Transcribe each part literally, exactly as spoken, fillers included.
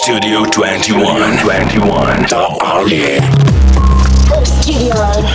Studio двадцать один. двадцать один. Studio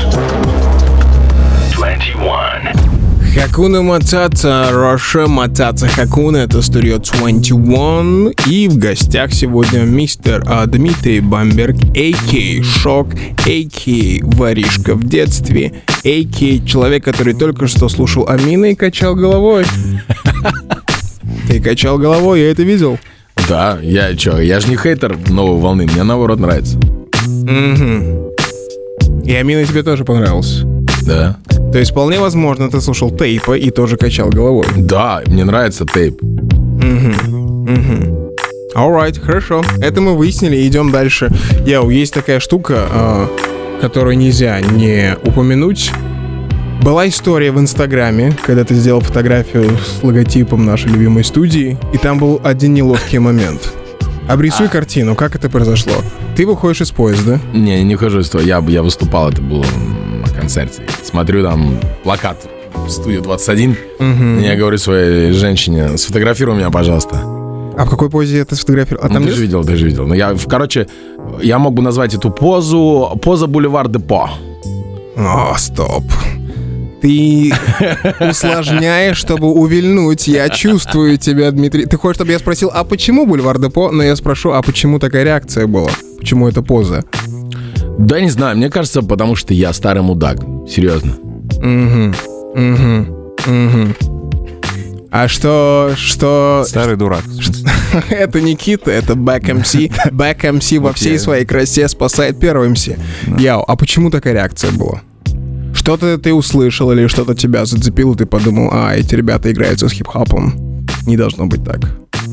двадцать один. Хакуна Матата, Роша Матата Хакуна, это Studio двадцать один. И в гостях сегодня мистер а, Дмитрий Бамберг, а.к.а. Шок, а.к.а. Воришка в детстве, а.к.а. человек, который только что слушал Амина и качал головой. Ты качал головой, я это видел. Да, я чё, я же не хейтер новой волны, мне наоборот нравится. Угу. И Амина тебе тоже понравился. Да. То есть вполне возможно, ты слушал Тейпа и тоже качал головой. Да, мне нравится Тейп. Угу. Угу. Alright, хорошо. Это мы выяснили, идем дальше. Яу, есть такая штука, э, которую нельзя не упомянуть. Была история в Инстаграме, когда ты сделал фотографию с логотипом нашей любимой студии, и там был один неловкий момент. Обрисуй а. картину, как это произошло. Ты выходишь из поезда. Не, не выхожу из того. Я, я выступал, это было на концерте. Смотрю там плакат в студию двадцать один. Угу. И я говорю своей женщине: сфотографируй меня, пожалуйста. А в какой позе это сфотографировал? А ну, там ты есть? же видел, ты же видел. Ну, я, короче, я мог бы назвать эту позу поза Бульвар Депо. О, стоп. Ты усложняешь, чтобы увильнуть. Я чувствую тебя, Дмитрий. Ты хочешь, чтобы я спросил, а почему Бульвар Депо? Но я спрошу, а почему такая реакция была? Почему эта поза? Да не знаю, мне кажется, потому что я старый мудак. Серьезно. Угу, угу, угу. А что, что... Старый дурак. Это Никита, это Back эм си. Back эм си во всей своей красе спасает первый эм си. Яу, а почему такая реакция была? Что-то ты услышал или что-то тебя зацепило, ты подумал, а, эти ребята играются с хип-хопом. Не должно быть так.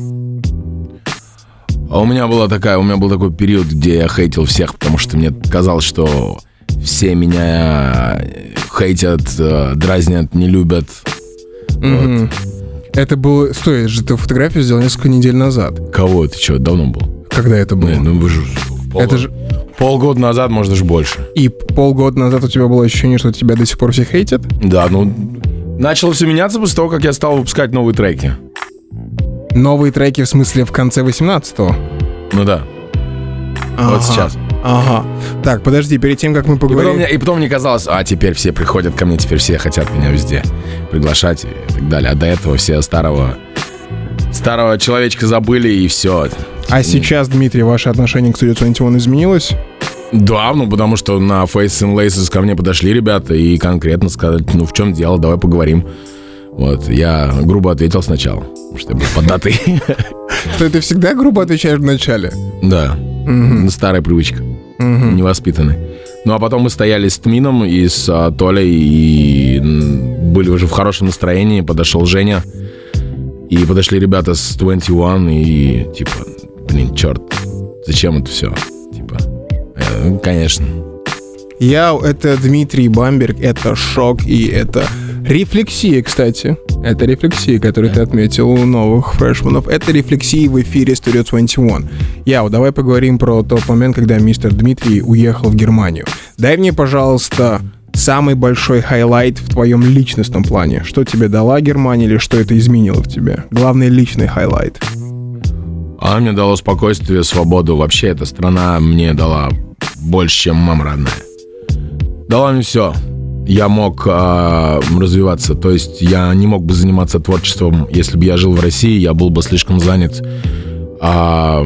А у меня была такая, у меня был такой период, где я хейтил всех, потому что мне казалось, что все меня хейтят, дразнят, не любят. Mm-hmm. Вот. Это было... Стой, же ты фотографию сделал несколько недель назад. Кого? Ты что, давно был? Когда это было? Не, ну вы же... Полгода. Это же... Полгода назад, может, даже больше. И полгода назад у тебя было ощущение, что тебя до сих пор все хейтят? Да, ну... Начало все меняться после того, как я стал выпускать новые треки. Новые треки, в смысле, в конце восемнадцатого? Ну да. Ага. Вот сейчас. Ага. Так, подожди, перед тем, как мы поговорим... И потом, мне, и потом мне казалось, а теперь все приходят ко мне, теперь все хотят меня везде приглашать и так далее. А до этого все старого... Старого человечка забыли, и все. А сейчас, Дмитрий, ваше отношение к Studio двадцать один изменилось? Да, ну потому что на Faces and Laces ко мне подошли ребята и конкретно сказали, ну в чем дело, давай поговорим. Вот, я грубо ответил сначала, потому что я был поддатый. Что, ты всегда грубо отвечаешь в начале? Да, старая привычка, невоспитанный. Ну а потом мы стояли с Тмином и с Толей и были уже в хорошем настроении, подошел Женя. И подошли ребята с двадцать один и типа, блин, черт, зачем это все? Типа, э, конечно. Яу, это Дмитрий Бамберг, это Шок и это рефлексия, кстати. Это рефлексия, которую ты отметил у новых фрешманов. Это рефлексии в эфире Studio двадцать один. Яу, давай поговорим про тот момент, когда мистер Дмитрий уехал в Германию. Дай мне, пожалуйста, самый большой хайлайт в твоем личностном плане. Что тебе дала Германия или что это изменило в тебе? Главный личный хайлайт. Она мне дала спокойствие, свободу. Вообще эта страна мне дала больше, чем мама родная. Дала мне все. Я мог э, развиваться. То есть я не мог бы заниматься творчеством, если бы я жил в России. Я был бы слишком занят э,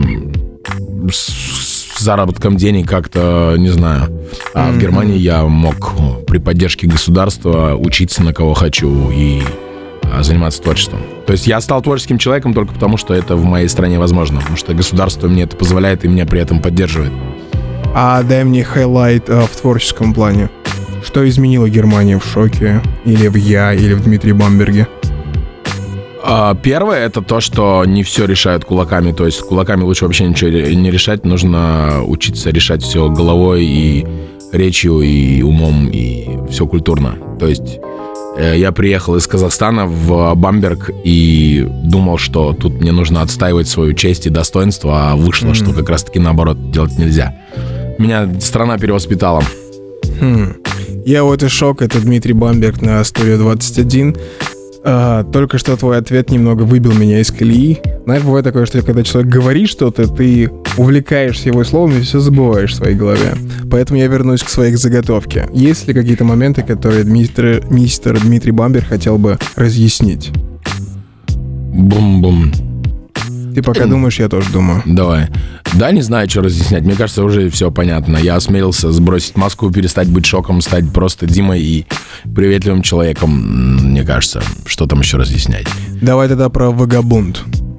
с заработком денег как-то, не знаю. А mm-hmm. в Германии я мог при поддержке государства учиться на кого хочу и а, заниматься творчеством. То есть я стал творческим человеком только потому, что это в моей стране возможно. Потому что государство мне это позволяет и меня при этом поддерживает. А дай мне хайлайт а, в творческом плане. Что изменило Германию в Шоке? Или в Я, или в Дмитрии Бамберге? Первое — это то, что не все решают кулаками. То есть кулаками лучше вообще ничего не решать. Нужно учиться решать все головой и речью, и умом, и все культурно. То есть я приехал из Казахстана в Бамберг и думал, что тут мне нужно отстаивать свою честь и достоинство, а вышло, mm-hmm. что как раз-таки наоборот делать нельзя. Меня страна перевоспитала. Hmm. Я вот и Шок, это Дмитрий Бамберг на Studio двадцать один. А, только что твой ответ немного выбил меня из колеи. Знаешь, бывает такое, что когда человек говорит что-то, ты увлекаешься его словами и все забываешь в своей голове. Поэтому я вернусь к своей заготовке. Есть ли какие-то моменты, которые Дмитрий, мистер Дмитрий Бамберг хотел бы разъяснить? Бум-бум. Ты пока думаешь, я тоже думаю. Давай. Да, не знаю, что разъяснять. Мне кажется, уже все понятно. Я осмелился сбросить маску, перестать быть шоком, стать просто Димой и приветливым человеком. Мне кажется, что там еще разъяснять? Давай тогда про Вагабунд.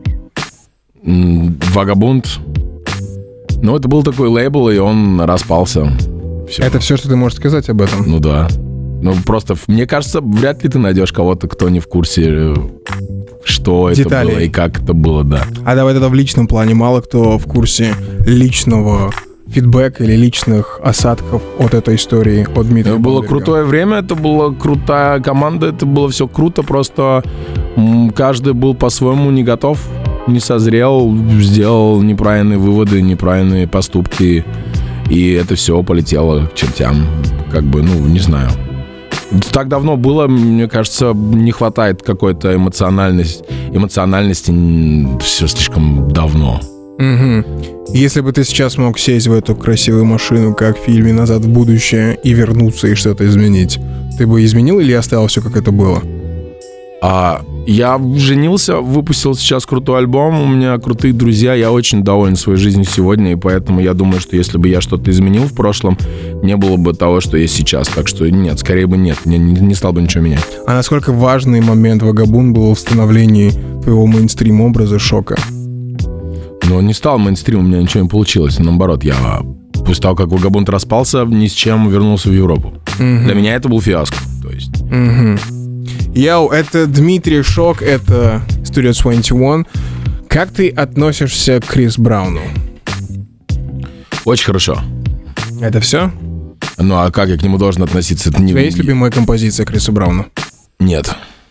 Вагабунд. Ну, это был такой лейбл, и он распался. Все. Это все, что ты можешь сказать об этом? Ну да. Ну, просто, мне кажется, вряд ли ты найдешь кого-то, кто не в курсе, что деталей. Это было и как это было, да. А давай тогда в личном плане. Мало кто в курсе личного фидбэка или личных осадков от этой истории, от Дмитрия Это было Бамберга. крутое время, это была крутая команда, это было все круто, просто м, каждый был по-своему не готов, не созрел, сделал неправильные выводы, неправильные поступки, и это все полетело к чертям. Как бы, ну, не знаю. Так давно было, мне кажется, не хватает какой-то эмоциональности, эмоциональности все слишком давно. Угу. Если бы ты сейчас мог сесть в эту красивую машину, как в фильме «Назад в будущее», и вернуться и что-то изменить, ты бы изменил или оставил все, как это было? А, я женился, выпустил сейчас крутой альбом, у меня крутые друзья, я очень доволен своей жизнью сегодня, и поэтому я думаю, что если бы я что-то изменил в прошлом, не было бы того, что есть сейчас. Так что нет, скорее бы нет, не, не стал бы ничего менять. А насколько важный момент Вагабунд был в становлении твоего мейнстрим-образа Шока? Но он не стал мейнстримом, у меня ничего не получилось. Наоборот, я после того, как Вагабунд распался, ни с чем вернулся в Европу. Mm-hmm. Для меня это был фиаско. То есть... Mm-hmm. Йоу, это Дмитрий Шок, это Studio двадцать один. Как ты относишься к Крис Брауну? Очень хорошо. Это все? Ну а как я к нему должен относиться? Это У не... тебя есть любимая композиция Криса Брауна? Нет.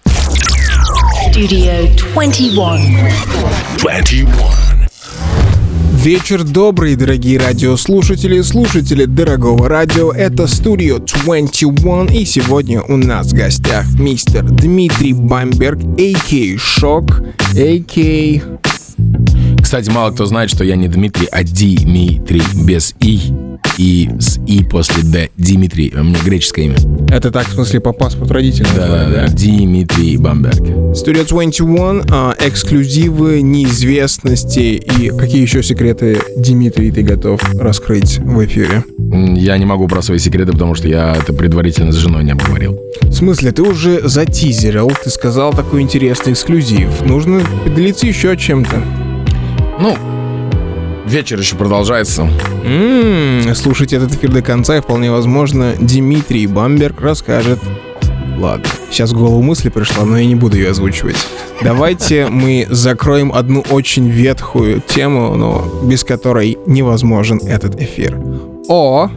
Studio двадцать один. Вечер добрый, дорогие радиослушатели, слушатели дорогого радио. Это Studio двадцать один, и сегодня у нас в гостях мистер Дмитрий Бамберг, а.к.а. Шок, а.к.а. Кстати, мало кто знает, что я не Дмитрий, а Димитрий, без «и» и с «и» после «д». Димитрий, у меня греческое имя. Это так, в смысле, по паспорту родителей? Да, да, Димитрий Бамберг. Studio двадцать один, а, эксклюзивы, неизвестности и какие еще секреты, Димитрий, ты готов раскрыть в эфире? Я не могу про свои секреты, потому что я это предварительно с женой не обговорил. В смысле, ты уже затизерил, ты сказал такой интересный эксклюзив. Нужно поделиться еще чем-то. Ну, вечер еще продолжается. М-м, слушайте этот эфир до конца, и вполне возможно, Дмитрий Бамберг расскажет. Ладно, сейчас в голову мысли пришла, но я не буду ее озвучивать. Давайте мы закроем одну очень ветхую тему, но без которой невозможен этот эфир. О!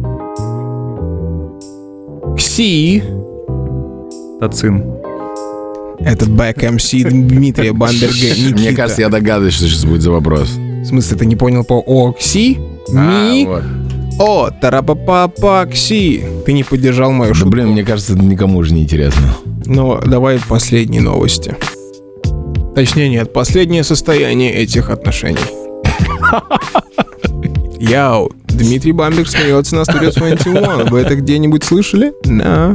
Кси! Тацин. Этот бэк-эм си Дмитрия Бамберга Никита. Мне кажется, я догадываюсь, что сейчас будет за вопрос. В смысле, ты не понял по Окси? Ми? А, вот. О, тарапапапакси. Ты не поддержал мою Да, шутку. блин, мне кажется, это никому уже не интересно. Но давай последние новости. Точнее, нет, последнее состояние этих отношений. Яу, Дмитрий Бамберг смеется на Studio двадцать один. Вы это где-нибудь слышали? Да.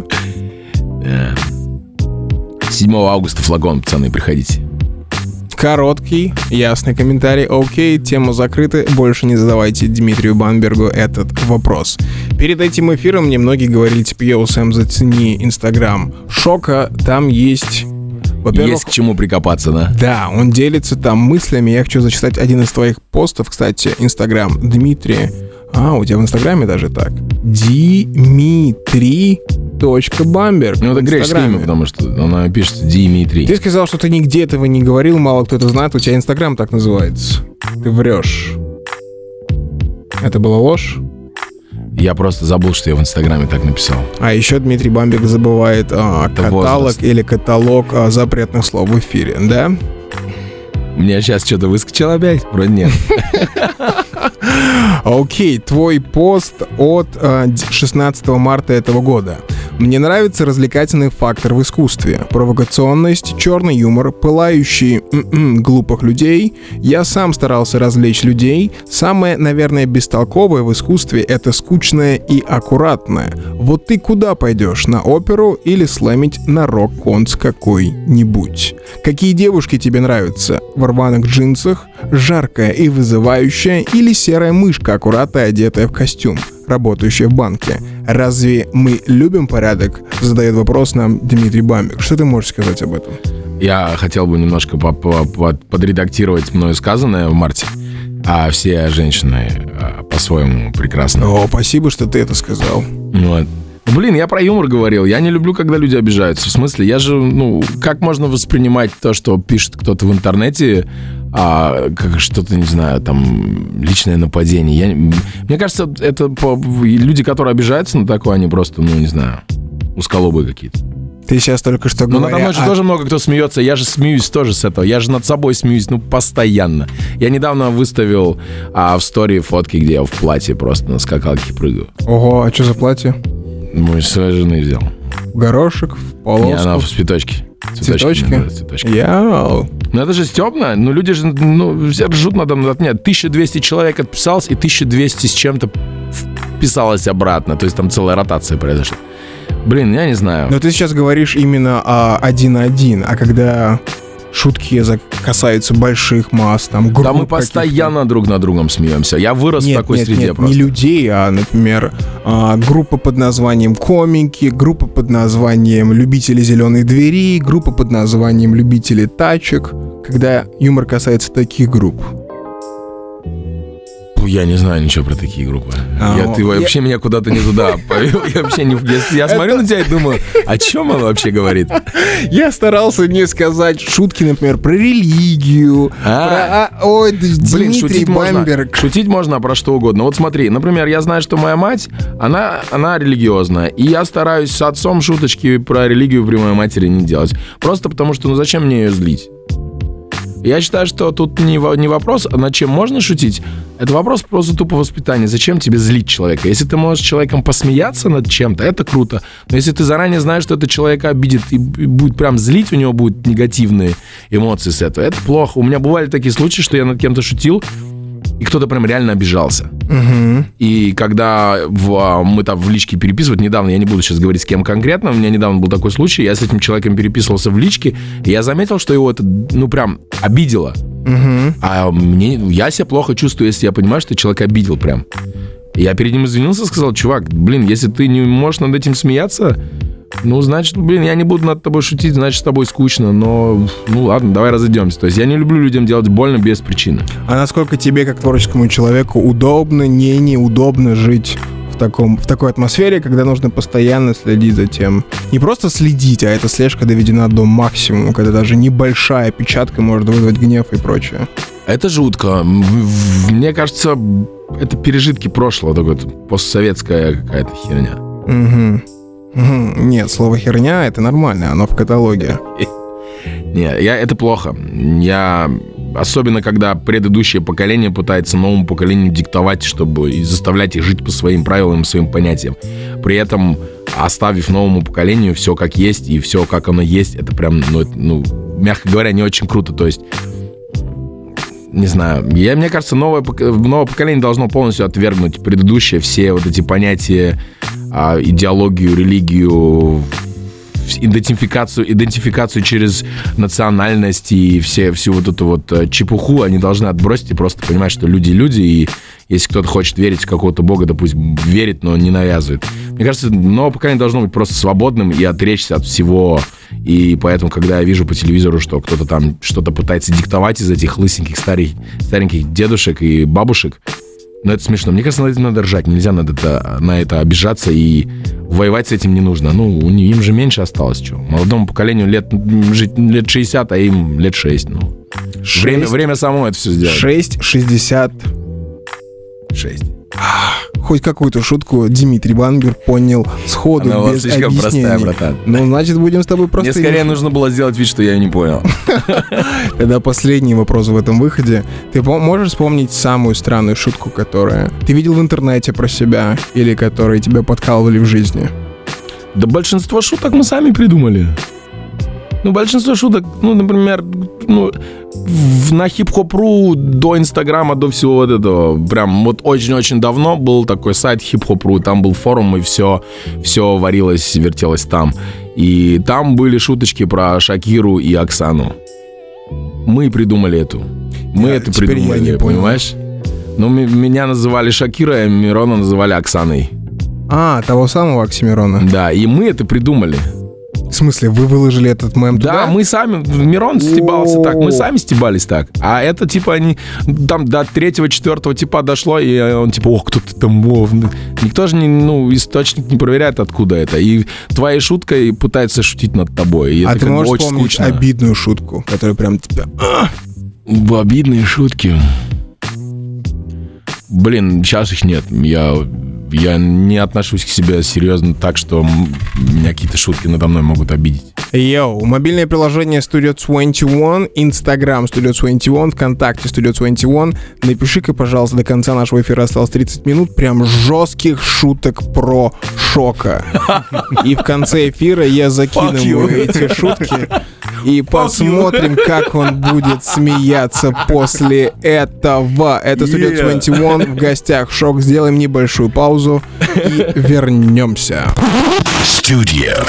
седьмого августа флагон, пацаны, приходите. Короткий, ясный комментарий. Окей, тема закрыта. Больше не задавайте Дмитрию Бамбергу этот вопрос. Перед этим эфиром мне многие говорили, типа, йоу, Сэм, зацени Инстаграм Шока. Там есть... Во-первых, Есть к чему прикопаться, да? да, он делится там мыслями. Я хочу зачитать один из твоих постов, кстати, Инстаграм Дмитрия. А, у тебя в Инстаграме даже так. Димитрий точка Бамберг. Ну, это греческое имя, потому что оно пишется Димитрий. Ты сказал, что ты нигде этого не говорил, мало кто это знает, у тебя Инстаграм так называется. Ты врешь. Это была ложь? Я просто забыл, что я в Инстаграме так написал. А еще Дмитрий Бамберг забывает а, Это каталог возраст. или каталог а, запретных слов в эфире, да? Мне сейчас что-то выскочило опять? Вроде нет. Окей, твой пост от э, шестнадцатого марта этого года. Мне нравится развлекательный фактор в искусстве. Провокационность, черный юмор, пылающие м-м, глупых людей. Я сам старался развлечь людей. Самое, наверное, бестолковое в искусстве — это скучное и аккуратное. Вот ты куда пойдешь? На оперу или слэмить на рок-конц какой-нибудь? Какие девушки тебе нравятся? В рваных джинсах, жаркая и вызывающая, или серая мышка, аккуратно одетая в костюм, работающая в банке? Разве мы любим порядок? Задает вопрос нам Дмитрий Бамберг. Что ты можешь сказать об этом? Я хотел бы немножко подредактировать мною сказанное в марте. А все женщины по-своему прекрасны. О, спасибо, что ты это сказал. Вот. Блин, я про юмор говорил. Я не люблю, когда люди обижаются. В смысле, я же, ну, как можно воспринимать то, что пишет кто-то в интернете, а, как что-то, не знаю, там, личное нападение. Я, мне кажется, это по, люди, которые обижаются на такое, они просто, ну, не знаю, усколобые какие-то. Ты сейчас только что говорил. Ну, надо мной же а... тоже много кто смеется. Я же смеюсь тоже с этого. Я же над собой смеюсь, ну, постоянно. Я недавно выставил а, в стори фотки, где я в платье просто на скакалке прыгаю. Ого, а что за платье? Мой своей жены взял. Горошек, в полоску? Не, она в цветочки. Цветочки? Да, цветочки. Яу. Ну это же стёбно. Ну люди же, ну, все ржут надо мной от меня. тысяча двести человек отписалось, и тысяча двести с чем-то вписалось обратно. То есть там целая ротация произошла. Блин, я не знаю. Но ты сейчас говоришь именно о один на один, а когда шутки касаются больших масс, там, групп. Да мы постоянно каких-то... друг над другом смеемся. Я вырос нет, в такой нет, среде нет, просто. Не людей, а, например, группа под названием «Комики», группа под названием «Любители зеленых дверей», группа под названием «Любители тачек», когда юмор касается таких групп. Я не знаю ничего про такие группы. А, я, ты я... вообще меня куда-то не туда повел. Я вообще не... Я, я смотрю на тебя и думаю, о чем он вообще говорит? Я старался не сказать шутки, например, про религию. А? Про... Ой, Блин, Дмитрий шутить Бамберг. Можно, шутить можно про что угодно. Вот смотри, например, я знаю, что моя мать, она, она религиозная. И я стараюсь с отцом шуточки про религию при моей матери не делать. Просто потому что, ну зачем мне ее злить? Я считаю, что тут не, не вопрос, над чем можно шутить. Это вопрос просто тупо воспитания. Зачем тебе злить человека? Если ты можешь с человеком посмеяться над чем-то, это круто. Но если ты заранее знаешь, что это человека обидит и будет прям злить, у него будут негативные эмоции с этого, это плохо. У меня бывали такие случаи, что я над кем-то шутил, и кто-то прям реально обижался. Угу. И когда в, мы там в личке переписывать, недавно, я не буду сейчас говорить с кем конкретно, у меня недавно был такой случай, я с этим человеком переписывался в личке, и я заметил, что его это, ну, прям обидело. Угу. А мне, я себя плохо чувствую, если я понимаю, что человек обидел прям. Я перед ним извинился, сказал: чувак, блин, если ты не можешь над этим смеяться, ну, значит, блин, я не буду над тобой шутить, значит, с тобой скучно, но, ну, ладно, давай разойдемся. То есть я не люблю людям делать больно без причины. А насколько тебе, как творческому человеку, удобно, не неудобно жить в, таком, в такой атмосфере, когда нужно постоянно следить за тем? Не просто следить, а эта слежка доведена до максимума, когда даже небольшая опечатка может вызвать гнев и прочее. Это жутко. Мне кажется, это пережитки прошлого, такая постсоветская какая-то херня. Угу. Нет, слово «херня» — это нормально, оно в каталоге. Нет, я, это плохо. Я... Особенно, когда предыдущее поколение пытается новому поколению диктовать, чтобы и заставлять их жить по своим правилам, своим понятиям. При этом оставив новому поколению все как есть, и все как оно есть, это прям, ну, это, ну мягко говоря, не очень круто. То есть, не знаю, я, мне кажется, новое, новое поколение должно полностью отвергнуть предыдущее, все вот эти понятия, идеологию, религию, идентификацию, идентификацию через национальность и все, всю вот эту вот чепуху они должны отбросить и просто понимать, что люди люди, и если кто-то хочет верить в какого-то бога, да пусть верит, но не навязывает. Мне кажется, новое поколение должно быть просто свободным и отречься от всего. И поэтому, когда я вижу по телевизору, что кто-то там что-то пытается диктовать из этих лысеньких старых, стареньких дедушек и бабушек, ну, это смешно. Мне кажется, на это надо ржать. Нельзя на это, на это обижаться, и воевать с этим не нужно. Ну, им же меньше осталось. Что? Молодому поколению лет, лет шестьдесят, а им лет шесть. Ну. Время, время само это все сделает. шесть шестьдесят шесть. хоть какую-то шутку Дмитрий Бамберг понял сходу, Она была без слишком объяснений. простая, братан. Ну, значит, будем с тобой просто... Мне скорее нужно было сделать вид, что я ее не понял. Тогда последний вопрос в этом выходе. Ты по- можешь вспомнить самую странную шутку, которую ты видел в интернете про себя или которые тебя подкалывали в жизни? Да большинство шуток мы сами придумали. Ну, большинство шуток, ну, например, ну, в, на хип-хоп.ру до Инстаграма, до всего вот этого, прям вот очень-очень давно был такой сайт хип-хоп.ру, там был форум, и все, все варилось, вертелось там. И там были шуточки про Шакиру и Оксану. Мы придумали эту. Мы Я- это теперь я придумали, не понял. понимаешь? Ну, м- меня называли Шакира, а Мирона называли Оксаной. А, того самого Оксимирона. Да, и мы это придумали. В смысле, вы выложили этот мем Да, туда? мы сами, Мирон стебался так, мы сами стебались так. А это типа они, там до третьего-четвертого типа дошло, и он типа, ох, кто ты там, о, никто же не, ну, источник не проверяет, откуда это. И твоей шуткой пытается шутить над тобой. И А это ты как бы можешь очень вспомнить скучно. обидную шутку, которая прям тебя... Обидные шутки. Блин, сейчас их нет. Я, я не отношусь к себе серьезно так, что м- меня какие-то шутки надо мной могут обидеть. Йоу, мобильное приложение Studio двадцать один, Instagram Studio двадцать один, ВКонтакте Studio двадцать один. Напиши-ка, пожалуйста, до конца нашего эфира осталось тридцать минут прям жестких шуток про Шока. И в конце эфира я закину ему эти шутки и посмотрим, как он будет смеяться после этого. Это Studio двадцать один, в гостях Шок. Сделаем небольшую паузу и вернемся. Studio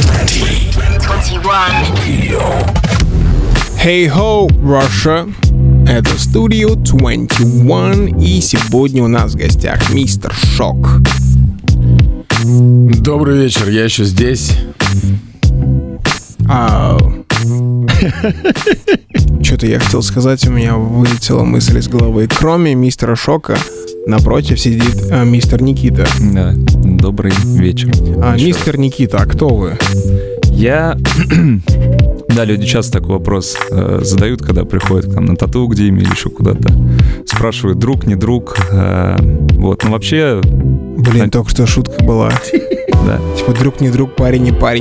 Hey ho, Russia! Это Studio двадцать один, и сегодня у нас в гостях мистер Шок. Добрый вечер, я еще здесь. Что-то я хотел сказать, у меня вылетела мысль из головы. Кроме мистера Шока, напротив сидит а, мистер Никита. Да, добрый вечер. А, Еще мистер Никита, а кто вы? раз. Я... Да, люди часто такой вопрос э, задают, когда приходят к нам на тату где или еще куда-то. Спрашивают, друг, не друг. Э, вот, ну вообще... Блин, только что шутка была. Да. Типа друг не друг, парень не парень.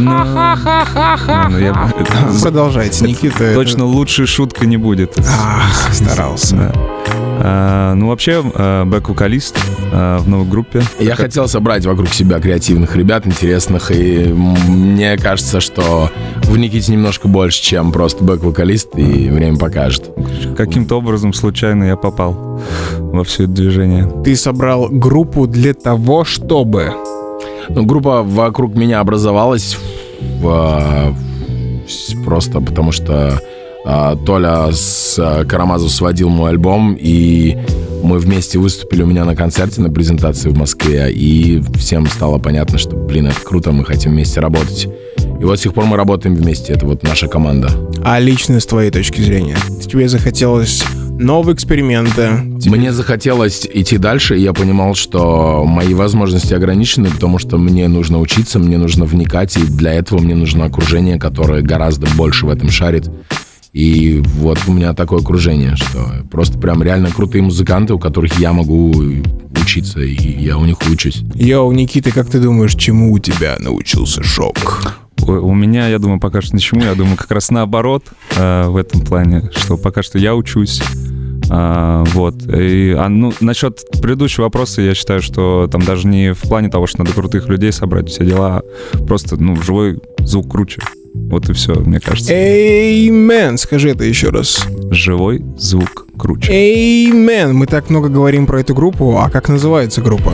Ну, я- Продолжайте, Никита. это- Точно лучшей шутка не будет. Ах, старался. Да. А, ну, вообще, а, бэк-вокалист а, в новой группе. Я хотел собрать вокруг себя креативных ребят, интересных, и м, мне кажется, что в Никите немножко больше, чем просто бэк-вокалист, и время покажет. Каким-то образом случайно я попал во все это движение. Ты собрал группу для того, чтобы... Ну, группа вокруг меня образовалась в- с- просто потому, что а, Толя с а, Карамазов сводил мой альбом, и мы вместе выступили у меня на концерте, на презентации в Москве, и всем стало понятно, что, блин, это круто, мы хотим вместе работать. И вот с тех пор мы работаем вместе, это вот наша команда. А лично с твоей точки зрения? Тебе захотелось новые эксперименты? Мне захотелось идти дальше, и я понимал, что мои возможности ограничены, потому что мне нужно учиться, мне нужно вникать, и для этого мне нужно окружение, которое гораздо больше в этом шарит. И вот у меня такое окружение, что просто прям реально крутые музыканты, у которых я могу учиться, и я у них учусь. Йоу, Никита, как ты думаешь, чему у тебя научился Шок? Ой, у меня, я думаю, пока что ничему. Я думаю, как раз наоборот э, в этом плане, что пока что я учусь. А, вот. И, а, ну, насчет предыдущего вопроса, я считаю, что там даже не в плане того, что надо крутых людей собрать, все дела, а просто, ну, живой звук круче. Вот и все, мне кажется. Эймен, скажи это еще раз. Живой звук круче. Эймен, мы так много говорим про эту группу, а как называется группа?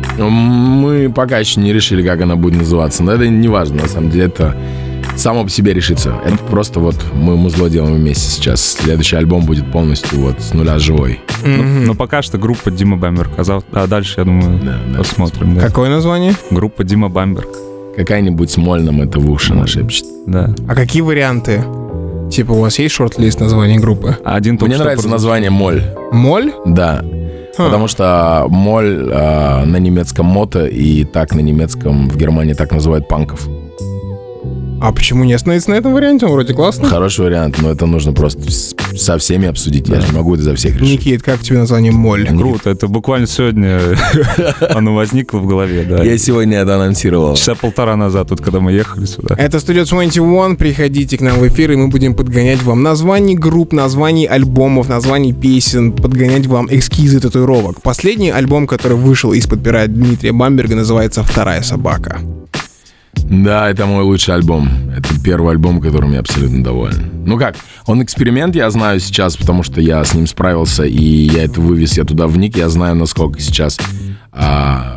Мы пока еще не решили, как она будет называться, но это не важно, на самом деле, это само по себе решится. Это просто вот мы музло делаем вместе сейчас. Следующий альбом будет полностью вот с нуля живой. Ну, но пока что группа Дима Бамберг, а, зав- а дальше, я думаю, Да, да. посмотрим. Да. Какое название? Группа Дима Бамберг, Какая-нибудь Смоль нам это в уши нашепчет. да. А какие варианты? Типа у вас есть шорт-лист названий группы? А Один только Мне что нравится прозвучал. название Моль. Моль? Да. Ха. Потому что моль а, на немецком мото, и так на немецком в Германии так называют панков. А почему не остановиться на этом варианте? Он вроде классный. Хороший вариант, но это нужно просто с- со всеми обсудить. Я же не могу это за всех решить. Никит, как тебе название «Моль»? Круто, это буквально сегодня оно возникло в голове, да. Я сегодня это анонсировал. Часа полтора назад, вот когда мы ехали сюда. Это Studio двадцать один. Приходите к нам в эфир, и мы будем подгонять вам названий групп, названий альбомов, названий песен, подгонять вам эскизы татуировок. Последний альбом, который вышел из-под пера Дмитрия Бамберга, называется «Вторая собака». Да, это мой лучший альбом. Это первый альбом, которым я абсолютно доволен. Ну как, он эксперимент, я знаю сейчас, потому что я с ним справился, и я это вывез, я туда вник, я знаю, насколько сейчас а,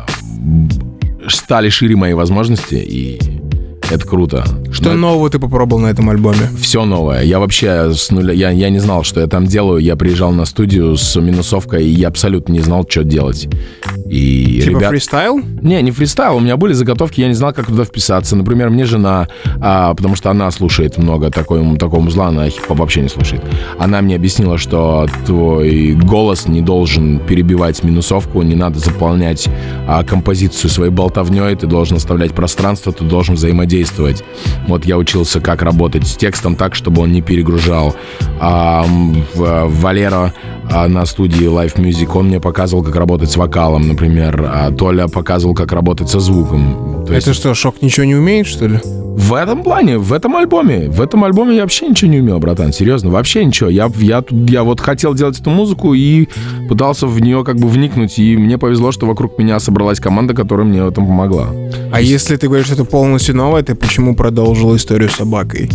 стали шире мои возможности, и это круто. Что Но нового ты попробовал на этом альбоме? все новое. Я вообще с нуля, я, я не знал, что я там делаю. Я приезжал на студию с минусовкой, и я абсолютно не знал, что делать. И Типа ребят... фристайл? Не, не фристайл, у меня были заготовки, я не знал, как туда вписаться. Например, мне жена, а, потому что она слушает много такой, такого музла, она хип-хоп вообще не слушает. Она мне объяснила, что твой голос не должен перебивать минусовку, не надо заполнять а, композицию своей болтовней, ты должен оставлять пространство, ты должен взаимодействовать. Вот я учился, как работать с текстом так, чтобы он не перегружал. А, в, Валера а, на студии Live Music, он мне показывал, как работать с вокалом, например. А Толя показывал, как работать со звуком. То есть Это что, Шок ничего не умеет, что ли? в этом плане, в этом альбоме, в этом альбоме я вообще ничего не умел, братан, серьезно, вообще ничего. Я, я, я вот хотел делать эту музыку и пытался в нее как бы вникнуть, и мне повезло, что вокруг меня собралась команда, которая мне в этом помогла. А если ты говоришь, что это полностью новое, ты почему продолжил историю с собакой?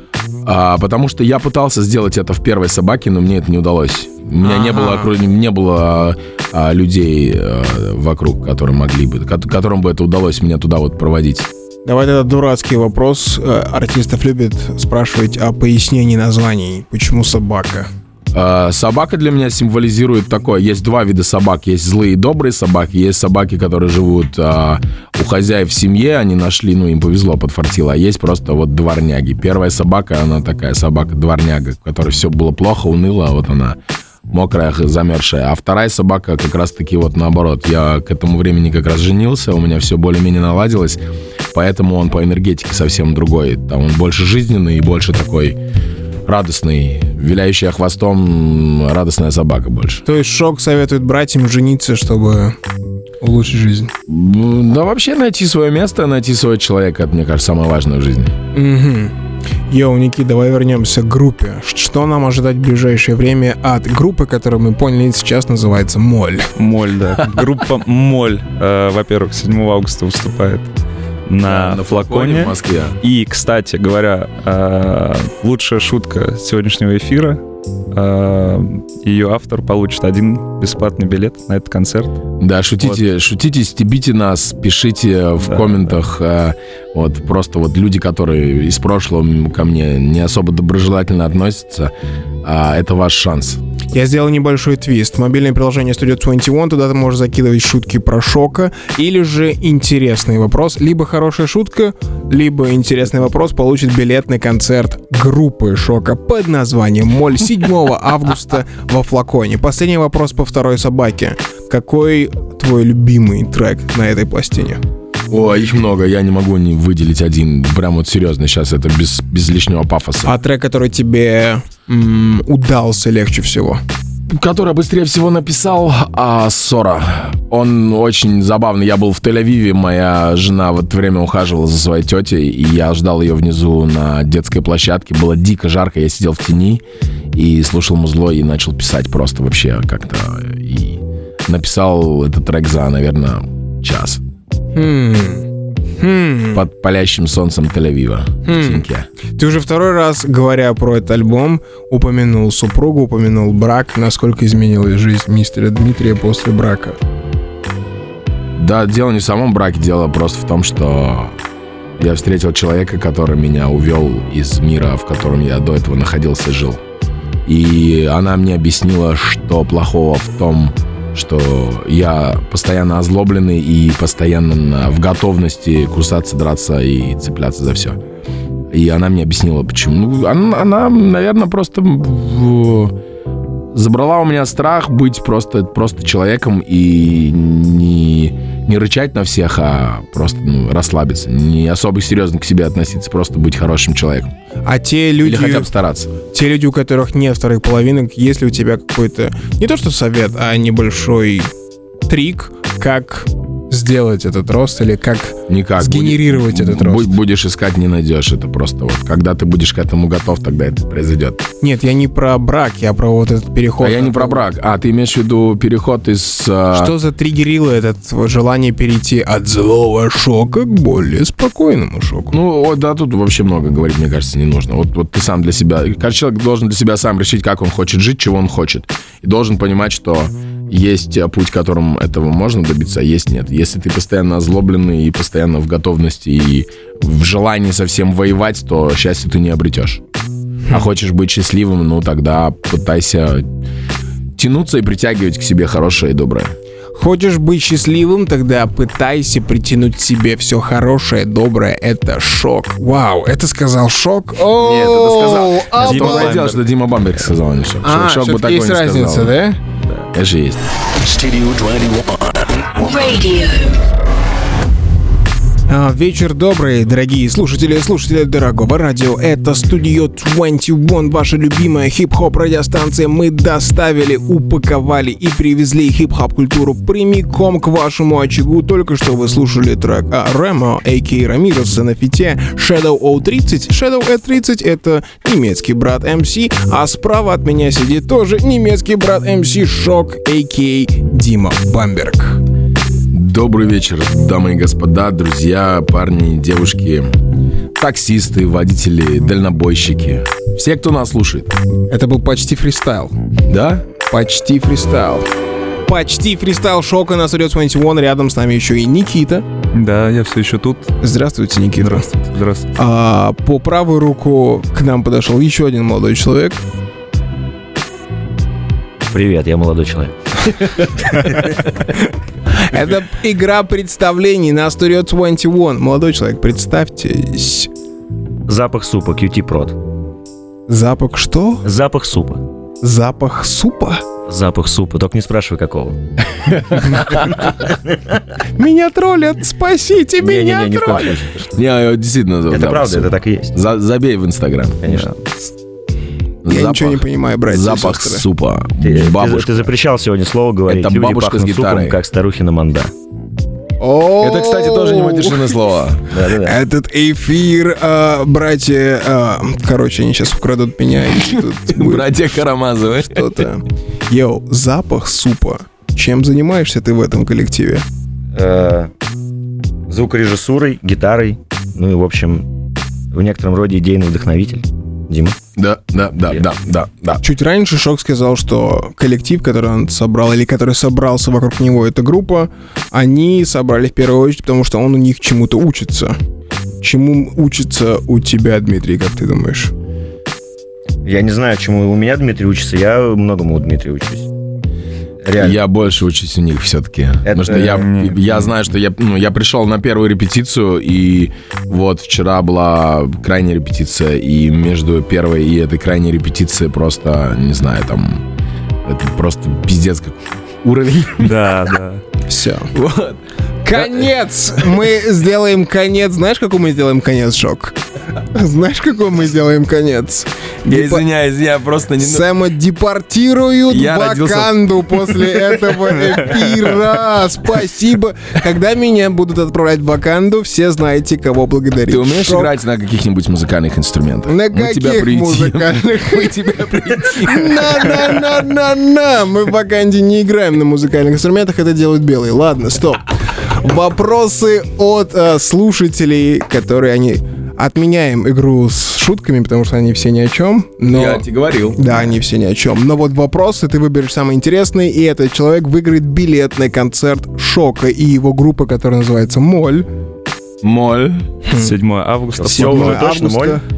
А, потому что я пытался сделать это в первой собаке, но мне это не удалось. У меня не было, окру- не было а, людей а, вокруг, которые могли бы, ко- которым бы это удалось меня туда вот проводить. Давай тогда дурацкий вопрос. Э, Артистов любят спрашивать о пояснении названий. Почему собака? А, собака для меня символизирует такое. Есть два вида собак. Есть злые и добрые собаки. Есть собаки, которые живут а, у хозяев в семье. Они нашли, ну, им повезло, подфартило. А есть просто вот дворняги. Первая собака, она такая собака-дворняга, в которой все было плохо, уныло, а вот она мокрая, замерзшая. А вторая собака как раз-таки вот наоборот. Я к этому времени как раз женился, у меня все более-менее наладилось, поэтому он по энергетике совсем другой. Там он больше жизненный и больше такой радостный, виляющая хвостом, радостная собака больше. То есть Шок советует братьям жениться, чтобы улучшить жизнь. Да вообще найти свое место, найти своего человека, это, мне кажется, самое важное в жизни. Угу. Йоу, Никит, давай вернемся к группе. Что нам ожидать в ближайшее время от группы, которую мы поняли сейчас называется «Моль»? Моль, да. Группа Моль, э, во-первых, седьмого августа выступает на, на флаконе. в Москве. И, кстати говоря, э, лучшая шутка сегодняшнего эфира. Э, ее автор получит один бесплатный билет на этот концерт. Да, шутите, шутите, стебите нас, пишите в Да, комментах. э, Вот просто вот люди, которые из прошлого ко мне не особо доброжелательно относятся, а, это ваш шанс. Я сделал небольшой твист. Мобильное приложение Studio двадцать один, туда ты можешь закидывать шутки про Шока, или же интересный вопрос. Либо хорошая шутка, либо интересный вопрос получит билет на концерт группы Шока под названием «Моль» седьмого августа во Флаконе. Последний вопрос по второй собаке. Какой твой любимый трек на этой пластине? О, их много, я не могу не выделить один. Прям вот серьезно, сейчас это без, без лишнего пафоса. А трек, который тебе м, удался легче всего? Который быстрее всего написал, а, Сора. Он очень забавный. Я был в Тель-Авиве, моя жена в это время ухаживала за своей тетей, и я ждал ее внизу на детской площадке. Было дико жарко, я сидел в тени и слушал музло и начал писать просто вообще как-то. И написал этот трек за, наверное, час. Хм. Хм. Под палящим солнцем Тель-Авива в теньке. Ты уже второй раз, говоря про этот альбом, упомянул супругу, упомянул брак. Насколько изменилась жизнь мистера Дмитрия после брака? Да, дело не в самом браке, дело просто в том, что я встретил человека, который меня увел из мира, в котором я до этого находился и жил. И она мне объяснила, что плохого в том, что я постоянно озлобленный и постоянно в готовности кусаться, драться и цепляться за все. И она мне объяснила, почему. Ну, она, она, наверное, просто забрала у меня страх быть просто, просто человеком и не, не рычать на всех, а просто ну, расслабиться. Не особо серьезно к себе относиться, просто быть хорошим человеком. А те люди... Или хотя бы стараться. Те люди, у которых нет вторых половинок, есть ли у тебя какой-то... Не то что совет, а небольшой трик, как сделать этот рост или как Никак. сгенерировать Будь, этот рост? Будешь искать, не найдешь. Это просто вот. Когда ты будешь к этому готов, тогда это произойдет. Нет, я не про брак, я про вот этот переход. А я не про брак. А, ты имеешь в виду переход из... Что затриггерило это желание перейти от злого шока к более спокойному шоку? Ну, вот, да, тут вообще много говорить, мне кажется, не нужно. Вот, вот ты сам для себя... Каждый человек должен для себя сам решить, как он хочет жить, чего он хочет. И должен понимать, что есть путь, которым этого можно добиться, а есть нет. Если ты постоянно озлобленный и постоянно в готовности и в желании совсем воевать, то счастье ты не обретешь. А хочешь быть счастливым, ну тогда пытайся тянуться и притягивать к себе хорошее и доброе. Хочешь быть счастливым, тогда пытайся притянуть к себе все хорошее, доброе. Это шок. Вау, это сказал шок? О, Нет, это сказал. а, Дима ба- Бамберг, что Дима Бамберг сказал, а не шок. А, Шок бы все-таки такой есть не разница, сказал. да? Конечно, есть. Studio двадцать один. Radio. А, вечер добрый, дорогие слушатели, слушатели дорогого радио. Это Studio двадцать один, ваша любимая хип-хоп радиостанция. Мы доставили, упаковали и привезли хип-хоп культуру прямиком к вашему очагу. Только что вы слушали трек а, Remo, а.к.а. Рамирес на фите Shadow о тридцать. Shadow о тридцать — это немецкий брат эм си, а справа от меня сидит тоже немецкий брат эм си Шок, а.к.а. Дима Бамберг. Добрый вечер, дамы и господа, друзья, парни, девушки, таксисты, водители, дальнобойщики. Все, кто нас слушает. Это был почти фристайл. Да? Почти фристайл. Почти фристайл Шока на Studio двадцать один. Рядом с нами еще и Никита. Да, я все еще тут. Здравствуйте, Никита. Здравствуйте. Здравствуйте. А, по правую руку к нам подошел еще один молодой человек. Привет, я молодой человек. Это игра представлений на Studio двадцать один. Молодой человек, представьтесь. Запах супа, кью ти Prod. Запах что? Запах супа. Запах супа? Запах супа, только не спрашивай, какого. Меня троллят, спасите меня, Не-не-не, ни в коем троллят. случае. Не, его действительно зовут Это запах правда, супа. это так и есть. За- забей в Инстаграм. Конечно. Я Запах- ничего не понимаю, братья и Запах сестры. супа. Ты, ты- Бабушка. ты запрещал сегодня слово говорить. Это Люди бабушка пахнут с гитарой. супом, как старухи на манда. О, Это, кстати, тоже не матершинное слово. Да-да-да. Этот эфир, а, братья, а, короче, они сейчас украдут меня и тут будет Братья Карамазовы. что-то. Йоу, запах супа. Чем занимаешься ты в этом коллективе? Э, Звукорежиссурой, гитарой. Ну и, в общем, в некотором роде идейный вдохновитель. Дима. Да, да, да, да, да, да. Чуть раньше Шок сказал, что коллектив, который он собрал, или который собрался вокруг него, эта группа, они собрали в первую очередь, потому что он у них чему-то учится. Чему учится у тебя, Дмитрий, как ты думаешь? Я не знаю, чему у меня Дмитрий учится. Я многому у Дмитрия учусь. Реально. Я больше учусь у них все-таки. Потому что я, не- я знаю, что я, ну, я пришел на первую репетицию, и вот вчера была крайняя репетиция, и между первой и этой крайней репетицией просто, не знаю, там, это просто пиздец как уровень. Да, да. Все. Вот. Конец! Мы сделаем конец. Знаешь, какой мы сделаем конец, Шок? Знаешь, какой мы сделаем конец? Я Депо- извиняюсь, я просто не... Сэма депортируют Я в родился- Ваканду после этого эфира. Спасибо. Когда меня будут отправлять в Ваканду, все знаете, кого благодарить. Ты умеешь Шок. играть на каких-нибудь музыкальных инструментах? На Мы тебя каких приютим. музыкальных? Мы тебя приютим. На-на-на-на-на! Мы в Ваканде не играем на музыкальных инструментах, это делают белые. Ладно, стоп. Вопросы от э, слушателей, которые они... Отменяем игру с шутками, потому что они все ни о чем. Но... Я тебе говорил. Да, они все ни о чем. Но вот вопросы ты выберешь самый интересный, и этот человек выиграет билет на концерт Шока и его группа, которая называется Моль. Моль. седьмое августа. Всё, уже седьмое точно, августа. Моль?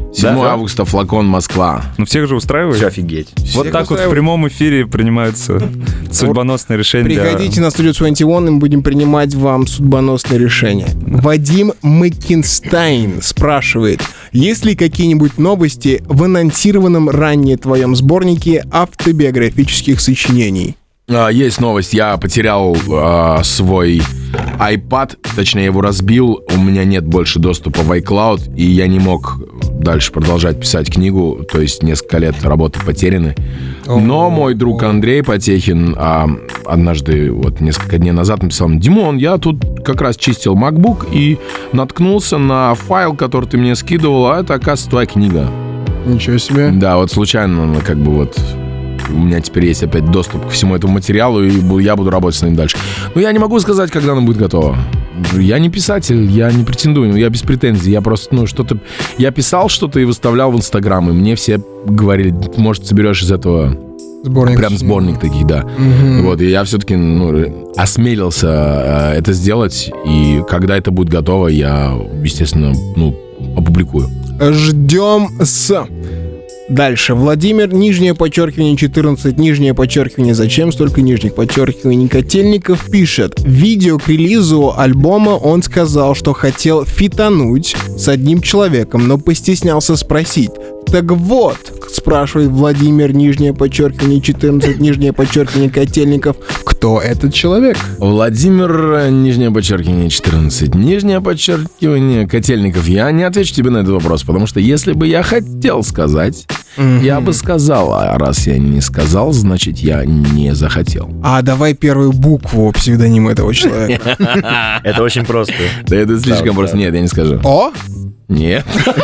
седьмого Да? августа, Флакон, Москва. Ну, всех же устраивает? Все офигеть. Вот Всех так вот в устраивает. прямом эфире принимаются судьбоносные решения. для- Приходите на студию двадцать один, и мы будем принимать вам судьбоносные решения. Вадим Макинстайн спрашивает, есть ли какие-нибудь новости в анонсированном ранее твоем сборнике автобиографических сочинений? А, есть новость. Я потерял а, свой iPad, точнее, его разбил. У меня нет больше доступа в iCloud, и я не мог дальше продолжать писать книгу. То есть несколько лет работы потеряны. Но мой друг Андрей Потехин а, однажды, вот несколько дней назад написал: Димон, я тут как раз чистил MacBook и наткнулся на файл, который ты мне скидывал, а это, оказывается, твоя книга. Ничего себе. Да, вот случайно, ну, как бы вот у меня теперь есть опять доступ ко всему этому материалу, и бу- я буду работать с ним дальше. Но я не могу сказать, когда оно будет готово. Я не писатель, я не претендую, я без претензий. Я просто, ну, что-то... Я писал что-то и выставлял в Инстаграм, и мне все говорили, может, соберешь из этого Сборник. прям сборник таких, да. Мгм. Вот, и я все-таки, ну, осмелился э, это сделать, и когда это будет готово, я, естественно, ну, опубликую. Ждем с... Дальше. Владимир, нижнее подчеркивание четырнадцать, нижнее подчеркивание зачем столько нижних подчеркиваний Котельников пишет. В видео к релизу альбома он сказал, что хотел фитануть с одним человеком, но постеснялся спросить. Так вот, спрашивает Владимир, нижнее подчеркивание четырнадцать, нижнее подчеркивание Котельников, кто этот человек? Владимир, нижнее подчеркивание четырнадцать, нижнее подчеркивание Котельников. Я не отвечу тебе на этот вопрос, потому что если бы я хотел сказать, я бы сказал, а раз я не сказал, значит, я не захотел. А давай первую букву псевдонима этого человека. Это очень просто. Да это слишком Да, просто. да. Нет, я не скажу. О! Нет.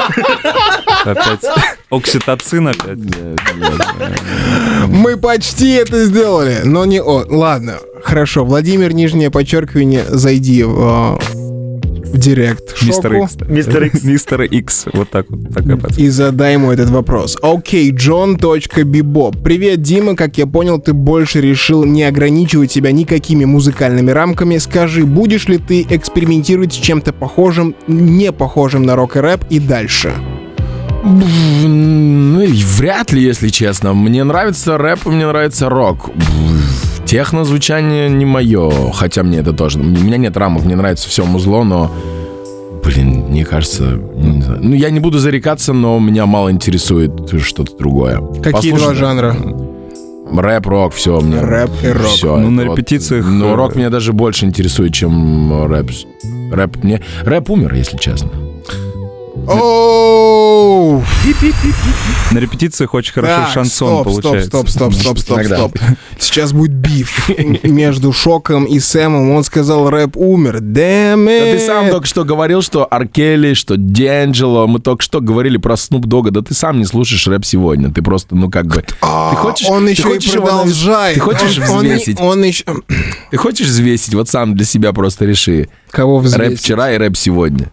Опять окситоцин опять. Мы почти это сделали, но не о. Ладно, хорошо. Владимир, нижнее подчеркивание, зайди в, э, в директ Мистер Шоку Икс. Мистер Икс. Мистер Икс. Вот так вот. Такая подсказка. и задай ему этот вопрос. Окей, Джон.бибоп. Привет, Дима. Как я понял, ты больше решил не ограничивать себя никакими музыкальными рамками. Скажи, будешь ли ты экспериментировать с чем-то похожим, не похожим на рок и рэп и дальше? Ну, и вряд ли, если честно. Мне нравится рэп, мне нравится рок. Техно-звучание не мое, хотя мне это тоже. У меня нет рамок, мне нравится все музло, но, блин, мне кажется, не знаю. Ну, я не буду зарекаться, но меня мало интересует что-то другое. Какие Послушай, два жанра? Рэп, рок, все мне. Рэп и рок. Всё, Ну, это на вот- репетициях, Ну, э, рок меня даже больше интересует, чем рэп. Рэп мне... Рэп умер, если честно. Оу! На репетициях очень хорошо Так, шансон стоп, получается. Стоп, стоп, стоп, стоп, стоп, Иногда. стоп. Сейчас будет биф между Шоком и Сэмом. Он сказал, рэп умер. Damn it. Да ты сам только что говорил, что Ар Келли, что Д'Анджело. Мы только что говорили про Снуп Догга. Да ты сам не слушаешь рэп сегодня. Ты просто, ну как бы... А, Ты хочешь, он ты еще хочешь и его навес- продолжает. Ты хочешь Он- он не- взвесить? Он, еще... Ты хочешь взвесить? Вот сам для себя просто реши. Кого Рэп взвесить? вчера и рэп сегодня.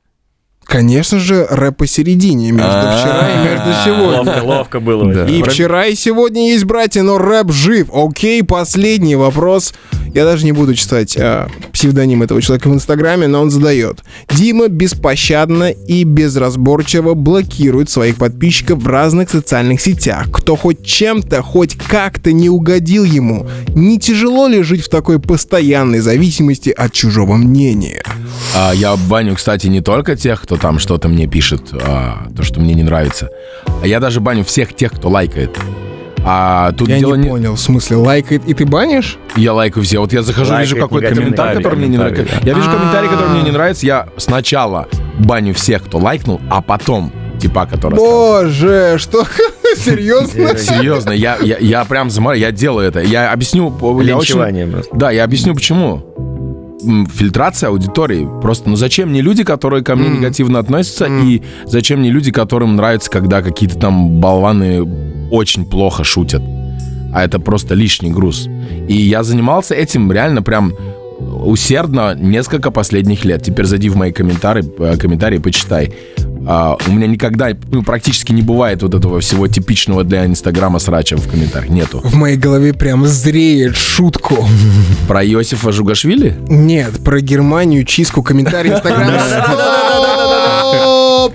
Конечно же, рэп посередине, между вчера и между сегодня. Ловко, ловко было. Да. И вчера, и сегодня есть братья, но рэп жив. Окей, последний вопрос. Я даже не буду читать а, псевдоним этого человека в Инстаграме, но он задает. Дима беспощадно и безразборчиво блокирует своих подписчиков в разных социальных сетях. Кто хоть чем-то, хоть как-то не угодил ему. Не тяжело ли жить в такой постоянной зависимости от чужого мнения? А я баню, кстати, не только тех, кто там что-то мне пишет, а, то, что мне не нравится. А я даже баню всех тех, кто лайкает. А тут Я дело не не... понял, в смысле, лайкает и ты банишь? Я лайкаю все. Вот я захожу, Лайкает вижу какой-то негативный комментарий, который мне не комментарий, нравится. да. Я вижу А. комментарий, который мне не нравится. Я сначала баню всех, кто лайкнул, а потом типа, который остался. Боже, что? Серьезно? Серьезно, я, я, я прям замор... я делаю это. Я объясню. Я очень... Линчевание просто. Да, я объясню почему. М, Фильтрация аудитории. Просто, ну зачем мне люди, которые ко мне Мгм. негативно относятся, Мгм. и зачем мне люди, которым нравится, когда какие-то там болваны очень плохо шутят. А это просто лишний груз. И я занимался этим реально прям усердно несколько последних лет. Теперь зайди в мои комментарии, э, комментарии, почитай. А, у меня никогда, ну, практически не бывает вот этого всего типичного для Инстаграма срача в комментариях. Нету. В моей голове прям зреет шутку. Про Иосифа Жугашвили? Нет, про Германию, чистку, комментарий, Инстаграм. Стоп, стоп.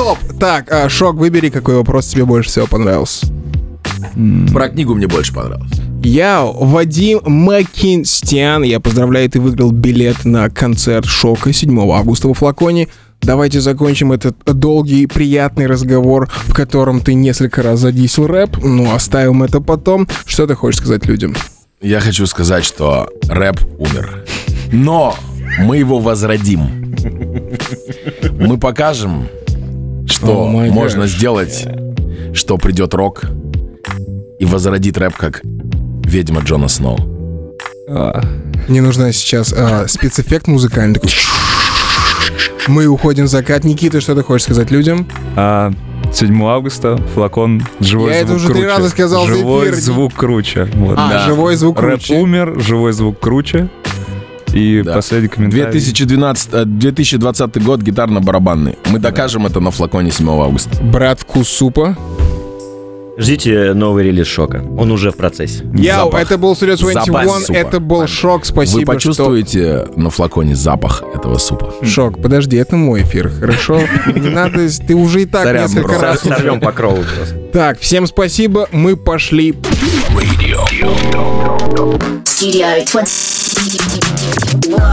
Топ! Так, а, Шок, выбери, какой вопрос тебе больше всего понравился. Про книгу мне больше понравилось. Я Вадим Макинстян. Я поздравляю, ты выиграл билет на концерт Шока седьмого августа во Флаконе. Давайте закончим этот долгий, приятный разговор, в котором ты несколько раз задисил рэп. Ну, оставим это потом. Что ты хочешь сказать людям? Я хочу сказать, что рэп умер. Но мы его возродим. Мы покажем, что Oh my можно gosh. сделать, что придет рок и возродит рэп, как ведьма Джона Сноу. А, Мне нужна сейчас а, спецэффект музыкальный. Такой... Мы уходим в закат. Никита, что ты хочешь сказать людям? а, седьмого августа Флакон, живой Я звук это уже три круче. раза сказал за Живой эфир. звук круче. Вот. А, Да. живой звук Рэп круче. умер, живой звук круче. И Да. последний комментарий. две тысячи двенадцатый, две тысячи двадцатый год гитарно-барабанный. Мы докажем это на Флаконе седьмого августа. Брат вкус супа. Ждите новый релиз Шока. Он уже в процессе. Яу, Запах. это был Studio двадцать Запах один, супа. это был Шок, спасибо, Вы почувствуете на флаконе запах этого супа. что... Шок, подожди, это мой эфир, хорошо? Не надо, ты уже и так Сорян, несколько бро. раз... Сорвем покрову просто. Так, всем спасибо, мы пошли. Studio twenty-one.